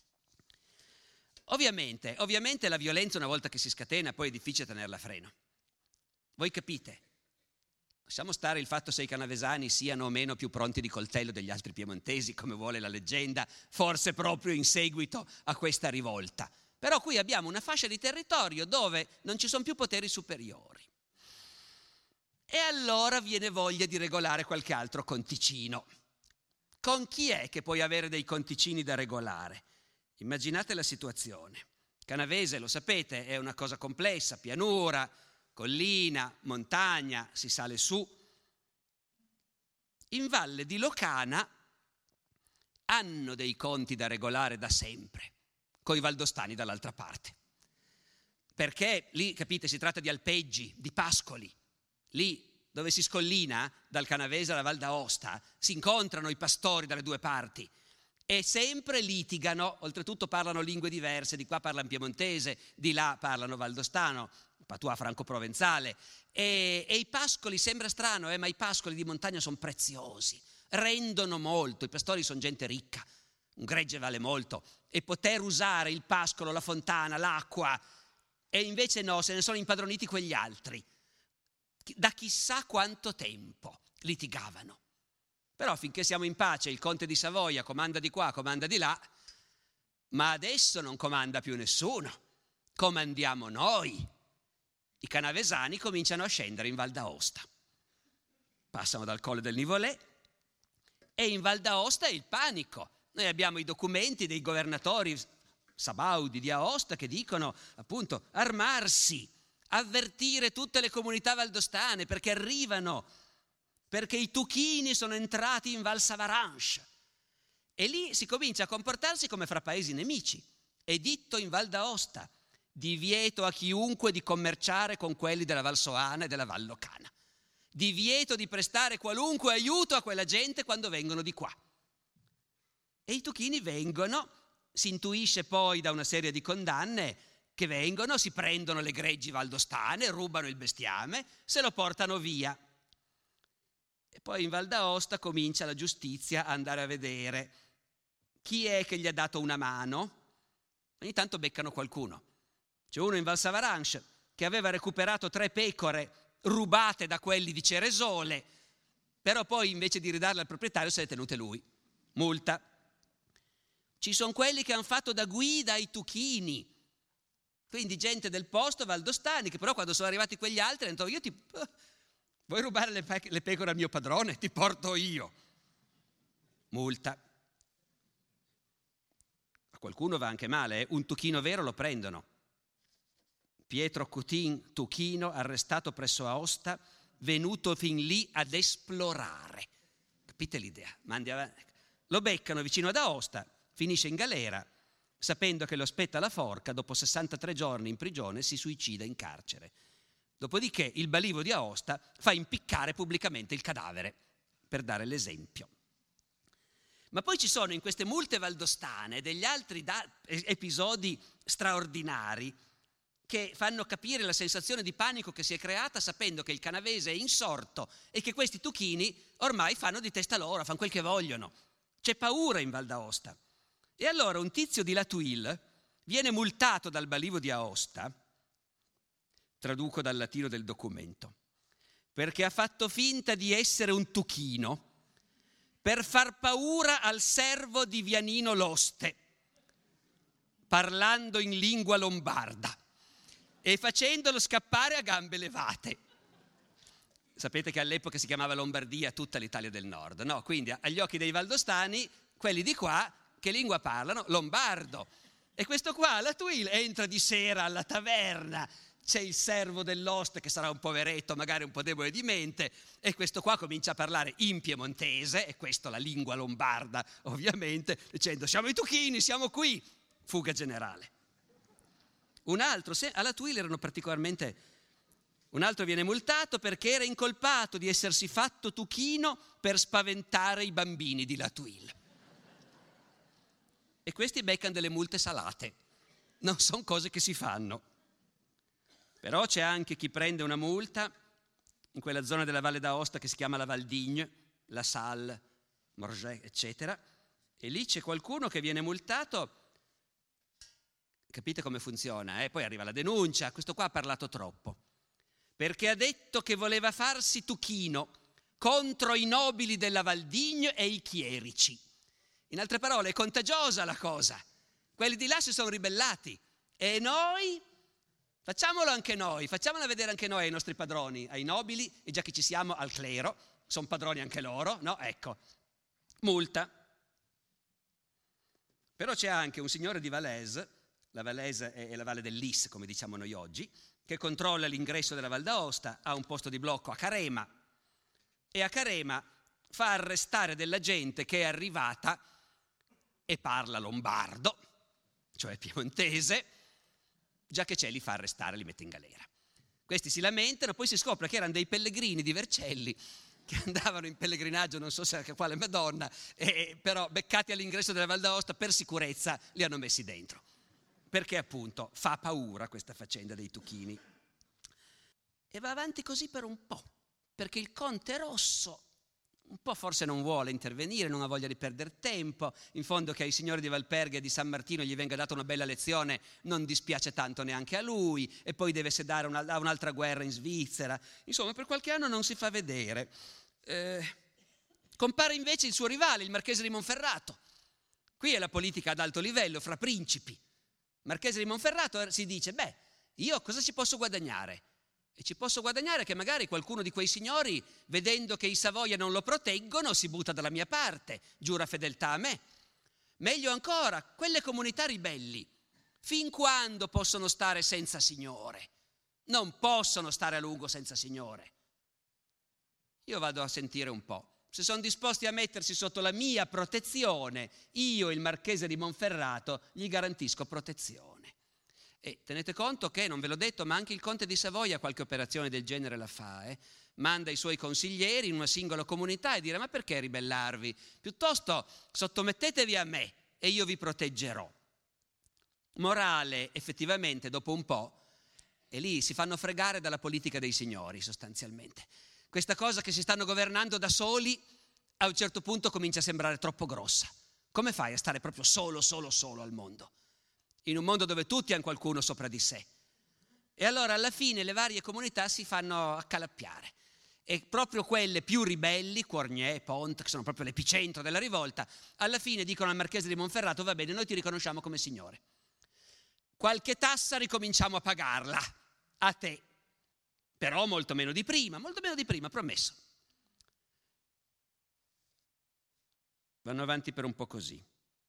Ovviamente la violenza, una volta che si scatena, poi è difficile tenerla a freno. Voi capite? Lasciamo stare il fatto se i canavesani siano o meno più pronti di coltello degli altri piemontesi, come vuole la leggenda, forse proprio in seguito a questa rivolta. Però qui abbiamo una fascia di territorio dove non ci sono più poteri superiori. E allora viene voglia di regolare qualche altro conticino. Con chi è che puoi avere dei conticini da regolare? Immaginate la situazione. Canavese, lo sapete, è una cosa complessa, pianura, collina, montagna, si sale su. In Valle di Locana hanno dei conti da regolare da sempre, coi valdostani dall'altra parte. Perché lì, capite, si tratta di alpeggi, di pascoli. Lì dove si scollina dal Canavese alla Val d'Aosta si incontrano i pastori dalle due parti e sempre litigano, oltretutto parlano lingue diverse, di qua parlano piemontese, di là parlano valdostano, patois franco-provenzale e i pascoli, sembra strano, ma i pascoli di montagna sono preziosi, rendono molto, i pastori sono gente ricca, un gregge vale molto e poter usare il pascolo, la fontana, l'acqua, e invece no, se ne sono impadroniti quegli altri. Da chissà quanto tempo litigavano. Però finché siamo in pace, il conte di Savoia comanda di qua, comanda di là, ma adesso non comanda più nessuno, comandiamo noi. I canavesani cominciano a scendere in Val d'Aosta, passano dal Colle del Nivolè e in Val d'Aosta è il panico. Noi abbiamo i documenti dei governatori sabaudi di Aosta che dicono appunto armarsi, avvertire tutte le comunità valdostane perché arrivano, perché i tuchini sono entrati in Val Savaranche e lì si comincia a comportarsi come fra paesi nemici. Editto in Val d'Aosta, divieto a chiunque di commerciare con quelli della Val Soana e della Val Locana, divieto di prestare qualunque aiuto a quella gente quando vengono di qua. E i tuchini vengono, si intuisce poi da una serie di condanne che vengono, si prendono le greggi valdostane, rubano il bestiame, se lo portano via. E poi in Val d'Aosta comincia la giustizia a andare a vedere chi è che gli ha dato una mano. Ogni tanto beccano qualcuno. C'è uno in Val Savaranche che aveva recuperato 3 pecore rubate da quelli di Ceresole, però poi invece di ridarle al proprietario se le tenute lui. Multa. Ci sono quelli che hanno fatto da guida ai tuchini, quindi gente del posto, valdostani, che però quando sono arrivati quegli altri hanno detto vuoi rubare le pecore al mio padrone? Ti porto io. Multa. A qualcuno va anche male, un tuchino vero lo prendono. Pietro Cutin, tuchino, arrestato presso Aosta, venuto fin lì ad esplorare. Capite l'idea? Mandi avanti. lo beccano vicino ad Aosta, finisce in galera, sapendo che lo aspetta la forca, dopo 63 giorni in prigione si suicida in carcere. Dopodiché il balivo di Aosta fa impiccare pubblicamente il cadavere, per dare l'esempio. Ma poi ci sono in queste multe valdostane degli altri episodi straordinari che fanno capire la sensazione di panico che si è creata sapendo che il canavese è insorto e che questi tuchini ormai fanno di testa loro, fanno quel che vogliono. C'è paura in Val d'Aosta. E allora un tizio di La Tuile viene multato dal balivo di Aosta, traduco dal latino del documento, perché ha fatto finta di essere un tuchino per far paura al servo di Vianino Loste, parlando in lingua lombarda e facendolo scappare a gambe levate. Sapete che all'epoca si chiamava Lombardia tutta l'Italia del Nord, no? Quindi agli occhi dei valdostani, quelli di qua, che lingua parlano? Lombardo. E questo qua, La Tuile, entra di sera alla taverna, c'è il servo dell'oste che sarà un poveretto, magari un po' debole di mente, e questo qua comincia a parlare in piemontese, e questa è la lingua lombarda ovviamente, dicendo siamo i tuchini, siamo qui, fuga generale. Un altro, alla Tuile erano particolarmente, un altro viene multato perché era incolpato di essersi fatto tuchino per spaventare i bambini di La Tuile. E questi beccano delle multe salate, non sono cose che si fanno. Però c'è anche chi prende una multa in quella zona della Valle d'Aosta che si chiama la Val d'Igne, la Salle, Morges, eccetera, e lì c'è qualcuno che viene multato, capite come funziona? Poi arriva la denuncia, questo qua ha parlato troppo, perché ha detto che voleva farsi tuchino contro i nobili della Val d'Igne e i chierici. In altre parole, è contagiosa la cosa, quelli di là si sono ribellati e noi... Facciamolo anche noi, facciamola vedere anche noi ai nostri padroni, ai nobili, e già che ci siamo al clero, sono padroni anche loro, no? Ecco, multa. Però c'è anche un signore di Valese, la Valese è la valle dell'Is, come diciamo noi oggi, che controlla l'ingresso della Val d'Aosta, ha un posto di blocco a Carema, e a Carema fa arrestare della gente che è arrivata e parla lombardo, cioè piemontese. Già che c'è, li fa arrestare, li mette in galera. Questi si lamentano, poi si scopre che erano dei pellegrini di Vercelli che andavano in pellegrinaggio, non so se a quale Madonna, però beccati all'ingresso della Val d'Aosta per sicurezza li hanno messi dentro. Perché appunto fa paura questa faccenda dei tuchini. E va avanti così per un po', perché il conte Rosso un po' forse non vuole intervenire, non ha voglia di perdere tempo, in fondo che ai signori di Valperga e di San Martino gli venga data una bella lezione non dispiace tanto neanche a lui, e poi deve sedare a un'altra guerra in Svizzera, insomma per qualche anno non si fa vedere. Compare invece il suo rivale, il marchese di Monferrato. Qui è la politica ad alto livello, fra principi. Marchese di Monferrato si dice, io cosa ci posso guadagnare? E ci posso guadagnare che magari qualcuno di quei signori, vedendo che i Savoia non lo proteggono, si butta dalla mia parte, giura fedeltà a me. Meglio ancora, quelle comunità ribelli, fin quando possono stare senza signore? Non possono stare a lungo senza signore. Io vado a sentire un po'. Se sono disposti a mettersi sotto la mia protezione, io, il marchese di Monferrato, gli garantisco protezione. E tenete conto che, non ve l'ho detto, ma anche il conte di Savoia qualche operazione del genere la fa, manda i suoi consiglieri in una singola comunità e dire ma perché ribellarvi? Piuttosto sottomettetevi a me e io vi proteggerò. Morale, effettivamente, dopo un po', e lì si fanno fregare dalla politica dei signori sostanzialmente. Questa cosa che si stanno governando da soli a un certo punto comincia a sembrare troppo grossa. Come fai a stare proprio solo al mondo? In un mondo dove tutti hanno qualcuno sopra di sé. E allora alla fine le varie comunità si fanno accalappiare. E proprio quelle più ribelli, Cournier, Pont, che sono proprio l'epicentro della rivolta, alla fine dicono al marchese di Monferrato, va bene, noi ti riconosciamo come signore. Qualche tassa ricominciamo a pagarla, a te. Però molto meno di prima, promesso. Vanno avanti per un po' così.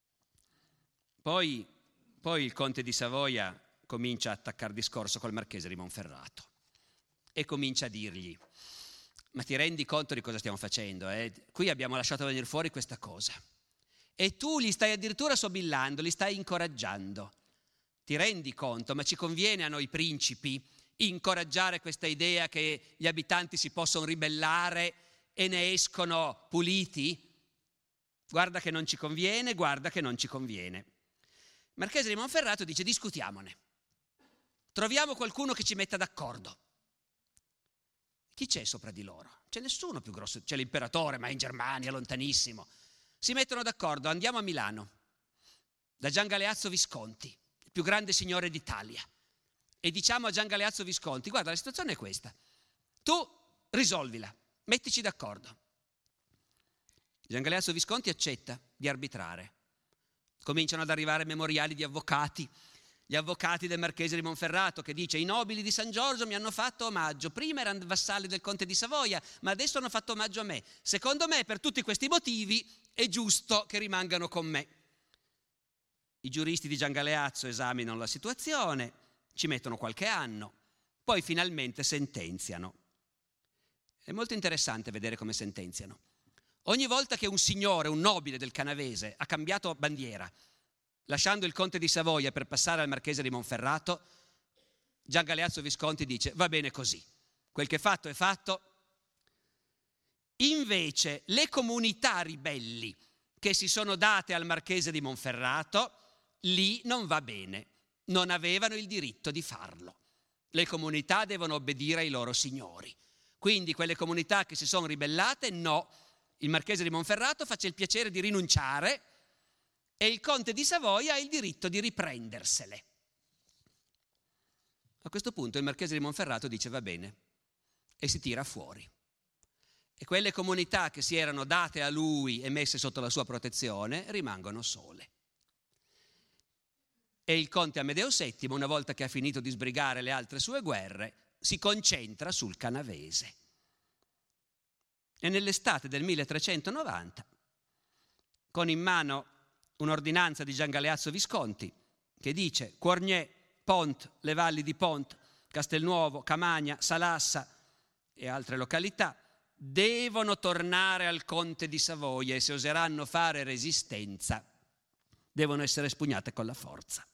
Poi il conte di Savoia comincia a attaccare discorso col marchese di Monferrato e comincia a dirgli, ma ti rendi conto di cosa stiamo facendo? Qui abbiamo lasciato venire fuori questa cosa. e tu li stai addirittura sobillando, li stai incoraggiando. Ti rendi conto? Ma ci conviene a noi principi incoraggiare questa idea che gli abitanti si possono ribellare e ne escono puliti? Guarda che non ci conviene, guarda che non ci conviene. Marchese di Monferrato dice: discutiamone, troviamo qualcuno che ci metta d'accordo. Chi c'è sopra di loro? C'è nessuno più grosso, c'è l'imperatore, ma è in Germania, lontanissimo. Si mettono d'accordo, andiamo a Milano, da Gian Galeazzo Visconti, il più grande signore d'Italia, e diciamo a Gian Galeazzo Visconti: guarda, la situazione è questa, tu risolvila, mettici d'accordo. Gian Galeazzo Visconti accetta di arbitrare. Cominciano ad arrivare memoriali di avvocati, gli avvocati del Marchese di Monferrato, che dice: i nobili di San Giorgio mi hanno fatto omaggio, prima erano vassalli del conte di Savoia, ma adesso hanno fatto omaggio a me. Secondo me, per tutti questi motivi, è giusto che rimangano con me. I giuristi di Gian Galeazzo esaminano la situazione, ci mettono qualche anno, poi finalmente sentenziano. È molto interessante vedere come sentenziano. Ogni volta che un signore, un nobile del Canavese, ha cambiato bandiera, lasciando il conte di Savoia per passare al Marchese di Monferrato, Gian Galeazzo Visconti dice: va bene così, quel che è fatto è fatto. Invece le comunità ribelli che si sono date al Marchese di Monferrato, lì non va bene, non avevano il diritto di farlo. Le comunità devono obbedire ai loro signori. Quindi quelle comunità che si sono ribellate, no, il Marchese di Monferrato faccia il piacere di rinunciare e il conte di Savoia ha il diritto di riprendersele. A questo punto il Marchese di Monferrato dice: va bene, e si tira fuori. E quelle comunità che si erano date a lui e messe sotto la sua protezione rimangono sole. E il conte Amedeo VII, una volta che ha finito di sbrigare le altre sue guerre, si concentra sul Canavese. E nell'estate del 1390, con in mano un'ordinanza di Gian Galeazzo Visconti che dice: Quargné, Pont, le valli di Pont, Castelnuovo, Camagna, Salassa e altre località devono tornare al conte di Savoia e se oseranno fare resistenza devono essere espugnate con la forza.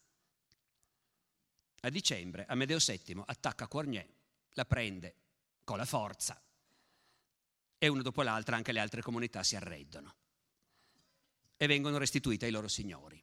A dicembre Amedeo VII attacca Quargné, la prende con la forza e una dopo l'altra anche le altre comunità si arredono e vengono restituite ai loro signori.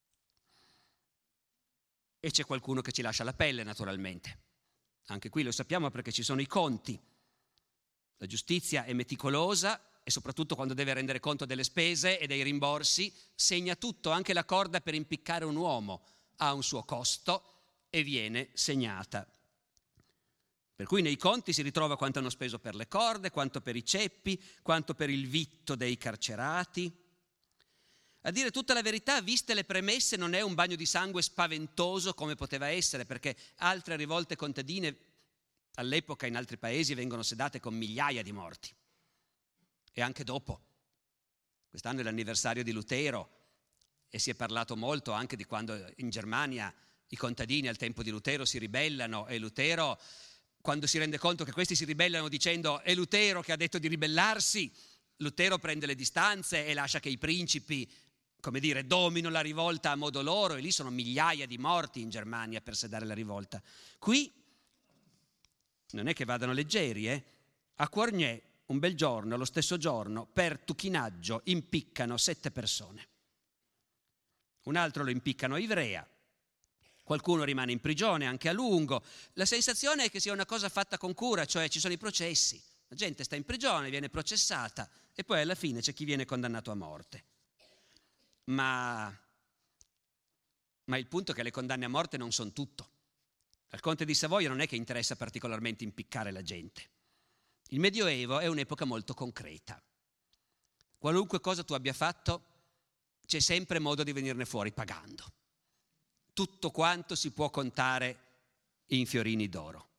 E c'è qualcuno che ci lascia la pelle, naturalmente. Anche qui lo sappiamo perché ci sono i conti. La giustizia è meticolosa e soprattutto quando deve rendere conto delle spese e dei rimborsi, segna tutto, anche la corda per impiccare un uomo ha un suo costo e viene segnata. Per cui nei conti si ritrova quanto hanno speso per le corde, quanto per i ceppi, quanto per il vitto dei carcerati. A dire tutta la verità, viste le premesse, non è un bagno di sangue spaventoso come poteva essere, perché altre rivolte contadine all'epoca in altri paesi vengono sedate con migliaia di morti. E anche dopo. Quest'anno è l'anniversario di Lutero e si è parlato molto anche di quando in Germania i contadini al tempo di Lutero si ribellano e Lutero, quando si rende conto che questi si ribellano dicendo è Lutero che ha detto di ribellarsi, Lutero prende le distanze e lascia che i principi, come dire, dominino la rivolta a modo loro, e lì sono migliaia di morti in Germania per sedare la rivolta. Qui non è che vadano leggeri, A Quargné un bel giorno, lo stesso giorno, per tuchinaggio impiccano 7 persone. Un altro lo impiccano a Ivrea. Qualcuno rimane in prigione anche a lungo. La sensazione è che sia una cosa fatta con cura, cioè ci sono i processi. La gente sta in prigione, viene processata e poi alla fine c'è chi viene condannato a morte. Ma il punto è che le condanne a morte non sono tutto. Al conte di Savoia non è che interessa particolarmente impiccare la gente. Il Medioevo è un'epoca molto concreta. Qualunque cosa tu abbia fatto, c'è sempre modo di venirne fuori pagando. Tutto quanto si può contare in fiorini d'oro.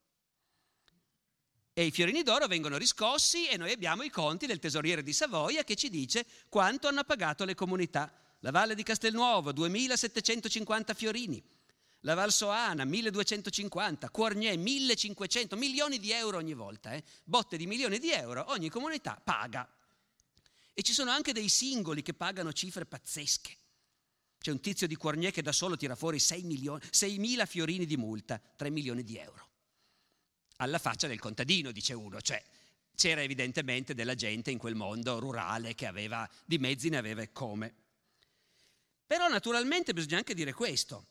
E i fiorini d'oro vengono riscossi e noi abbiamo i conti del tesoriere di Savoia che ci dice quanto hanno pagato le comunità. La Valle di Castelnuovo, 2.750 fiorini. La Val Soana, 1.250. Quargné, 1.500. Milioni di euro ogni volta. Botte di milioni di euro, ogni comunità paga. E ci sono anche dei singoli che pagano cifre pazzesche. C'è un tizio di Quargné che da solo tira fuori 6.000 fiorini di multa, 3 milioni di euro. Alla faccia del contadino, dice uno, cioè c'era evidentemente della gente in quel mondo rurale che aveva di mezzi, ne aveva e come. Però naturalmente bisogna anche dire questo.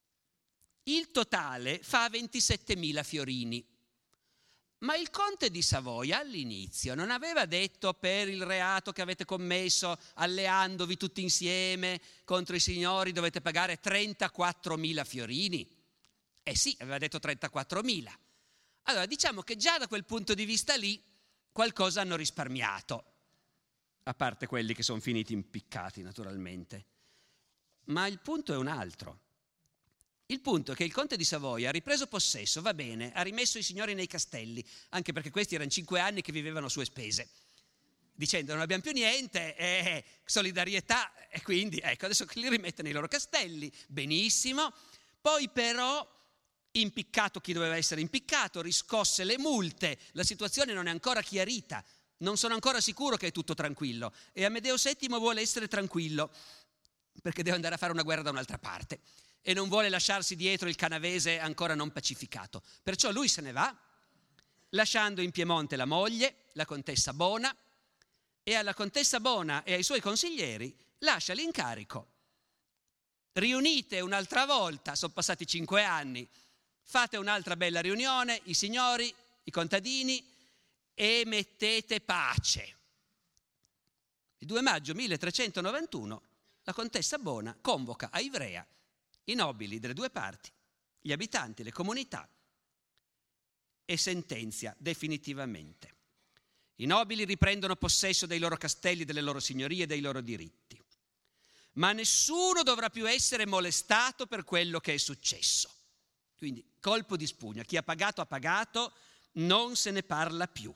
Il totale fa 27.000 fiorini. Ma il conte di Savoia all'inizio non aveva detto: per il reato che avete commesso alleandovi tutti insieme contro i signori dovete pagare 34.000 fiorini? Eh sì, aveva detto 34.000. Allora diciamo che già da quel punto di vista lì qualcosa hanno risparmiato, a parte quelli che sono finiti impiccati naturalmente. Ma il punto è un altro. Il punto è che il conte di Savoia ha ripreso possesso, va bene, ha rimesso i signori nei castelli, anche perché questi erano 5 anni che vivevano a sue spese, dicendo: non abbiamo più niente, solidarietà, e quindi ecco, adesso li rimette nei loro castelli, benissimo. Poi però impiccato chi doveva essere impiccato, riscosse le multe, la situazione non è ancora chiarita, non sono ancora sicuro che è tutto tranquillo, e Amedeo VII vuole essere tranquillo perché deve andare a fare una guerra da un'altra parte e non vuole lasciarsi dietro il canavese ancora non pacificato. Perciò lui se ne va, lasciando in Piemonte la moglie, la contessa Bona, e alla contessa Bona e ai suoi consiglieri lascia l'incarico: riunite un'altra volta, sono passati 5 anni, fate un'altra bella riunione, i signori, i contadini, e mettete pace. Il 2 maggio 1391 la contessa Bona convoca a Ivrea i nobili delle due parti, gli abitanti, le comunità, e sentenzia definitivamente. I nobili riprendono possesso dei loro castelli, delle loro signorie, dei loro diritti. Ma nessuno dovrà più essere molestato per quello che è successo. Quindi colpo di spugna, chi ha pagato, non se ne parla più.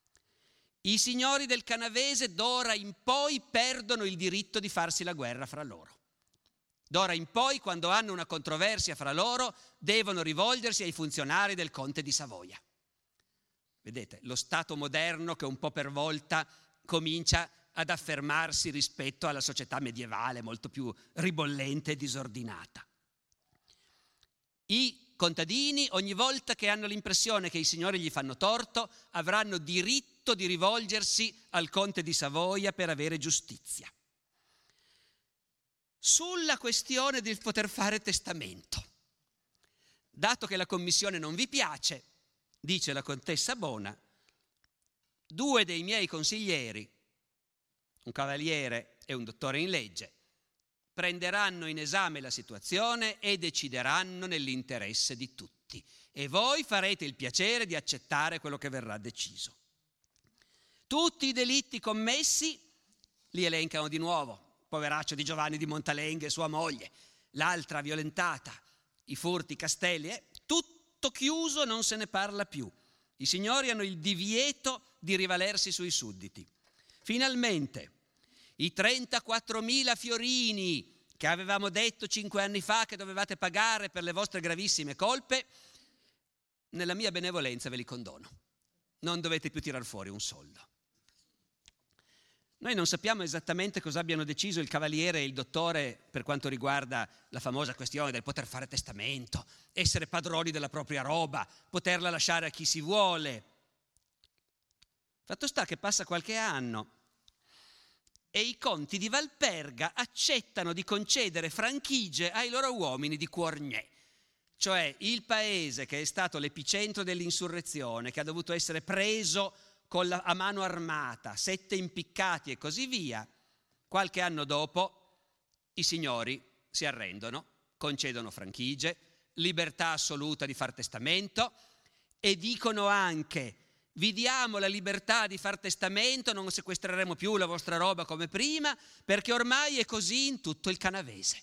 I signori del canavese d'ora in poi perdono il diritto di farsi la guerra fra loro. D'ora in poi, quando hanno una controversia fra loro, devono rivolgersi ai funzionari del conte di Savoia. Vedete, lo Stato moderno che un po' per volta comincia ad affermarsi rispetto alla società medievale, molto più ribollente e disordinata. I contadini, ogni volta che hanno l'impressione che i signori gli fanno torto, avranno diritto di rivolgersi al conte di Savoia per avere giustizia. Sulla questione del poter fare testamento, dato che la commissione non vi piace, dice la contessa Bona, 2 dei miei consiglieri, un cavaliere e un dottore in legge, prenderanno in esame la situazione e decideranno nell'interesse di tutti, e voi farete il piacere di accettare quello che verrà deciso. Tutti i delitti commessi li elencano di nuovo. Poveraccio di Giovanni di Montalenghe e sua moglie, l'altra violentata, i furti, i castelli, tutto chiuso, non se ne parla più. I signori hanno il divieto di rivalersi sui sudditi. Finalmente i 34.000 fiorini che avevamo detto 5 anni fa che dovevate pagare per le vostre gravissime colpe, nella mia benevolenza ve li condono. Non dovete più tirar fuori un soldo. Noi non sappiamo esattamente cosa abbiano deciso il cavaliere e il dottore per quanto riguarda la famosa questione del poter fare testamento, essere padroni della propria roba, poterla lasciare a chi si vuole. Fatto sta che passa qualche anno e i conti di Valperga accettano di concedere franchigie ai loro uomini di Quargné, cioè il paese che è stato l'epicentro dell'insurrezione, che ha dovuto essere preso a mano armata, 7 impiccati e così via. Qualche anno dopo i signori si arrendono, concedono franchigie, libertà assoluta di far testamento e dicono anche: vi diamo la libertà di far testamento, non sequestreremo più la vostra roba come prima, perché ormai è così in tutto il canavese.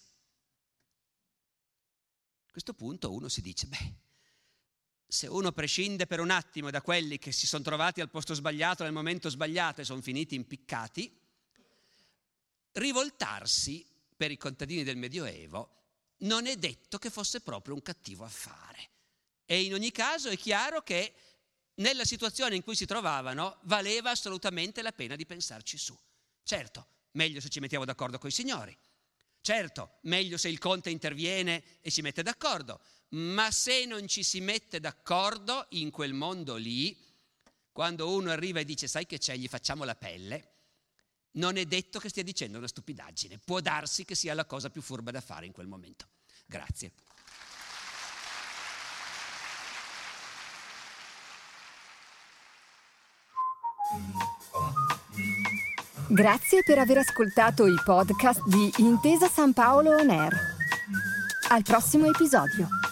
A questo punto uno si dice: se uno prescinde per un attimo da quelli che si sono trovati al posto sbagliato nel momento sbagliato e sono finiti impiccati, rivoltarsi per i contadini del Medioevo non è detto che fosse proprio un cattivo affare. E in ogni caso è chiaro che nella situazione in cui si trovavano valeva assolutamente la pena di pensarci su. Certo, meglio se ci mettiamo d'accordo coi signori. Certo, meglio se il conte interviene e si mette d'accordo. Ma se non ci si mette d'accordo in quel mondo lì, quando uno arriva e dice sai che c'è, gli facciamo la pelle, non è detto che stia dicendo una stupidaggine. Può darsi che sia la cosa più furba da fare in quel momento. Grazie. Grazie per aver ascoltato i podcast di Intesa San Paolo On Air. Al prossimo episodio.